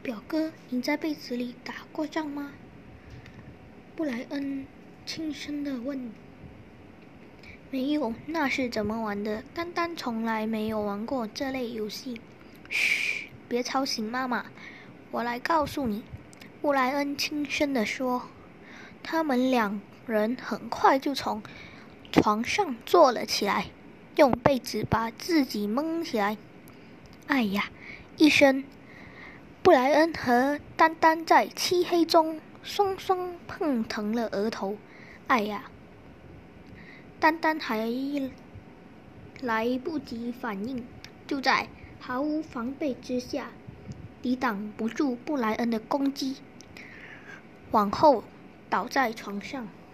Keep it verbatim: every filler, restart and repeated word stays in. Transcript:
表哥，你在被子里打过仗吗？布莱恩轻声地问。没有，那是怎么玩的？丹丹从来没有玩过这类游戏。嘘，别吵醒妈妈，我来告诉你。布莱恩轻声地说。他们两人很快就从床上坐了起来，用被子把自己蒙起来。哎呀！一声，布莱恩和丹丹在漆黑中双双碰疼了额头。哎呀！丹丹还来不及反应，就在毫无防备之下，抵挡不住布莱恩的攻击，往后倒在床上。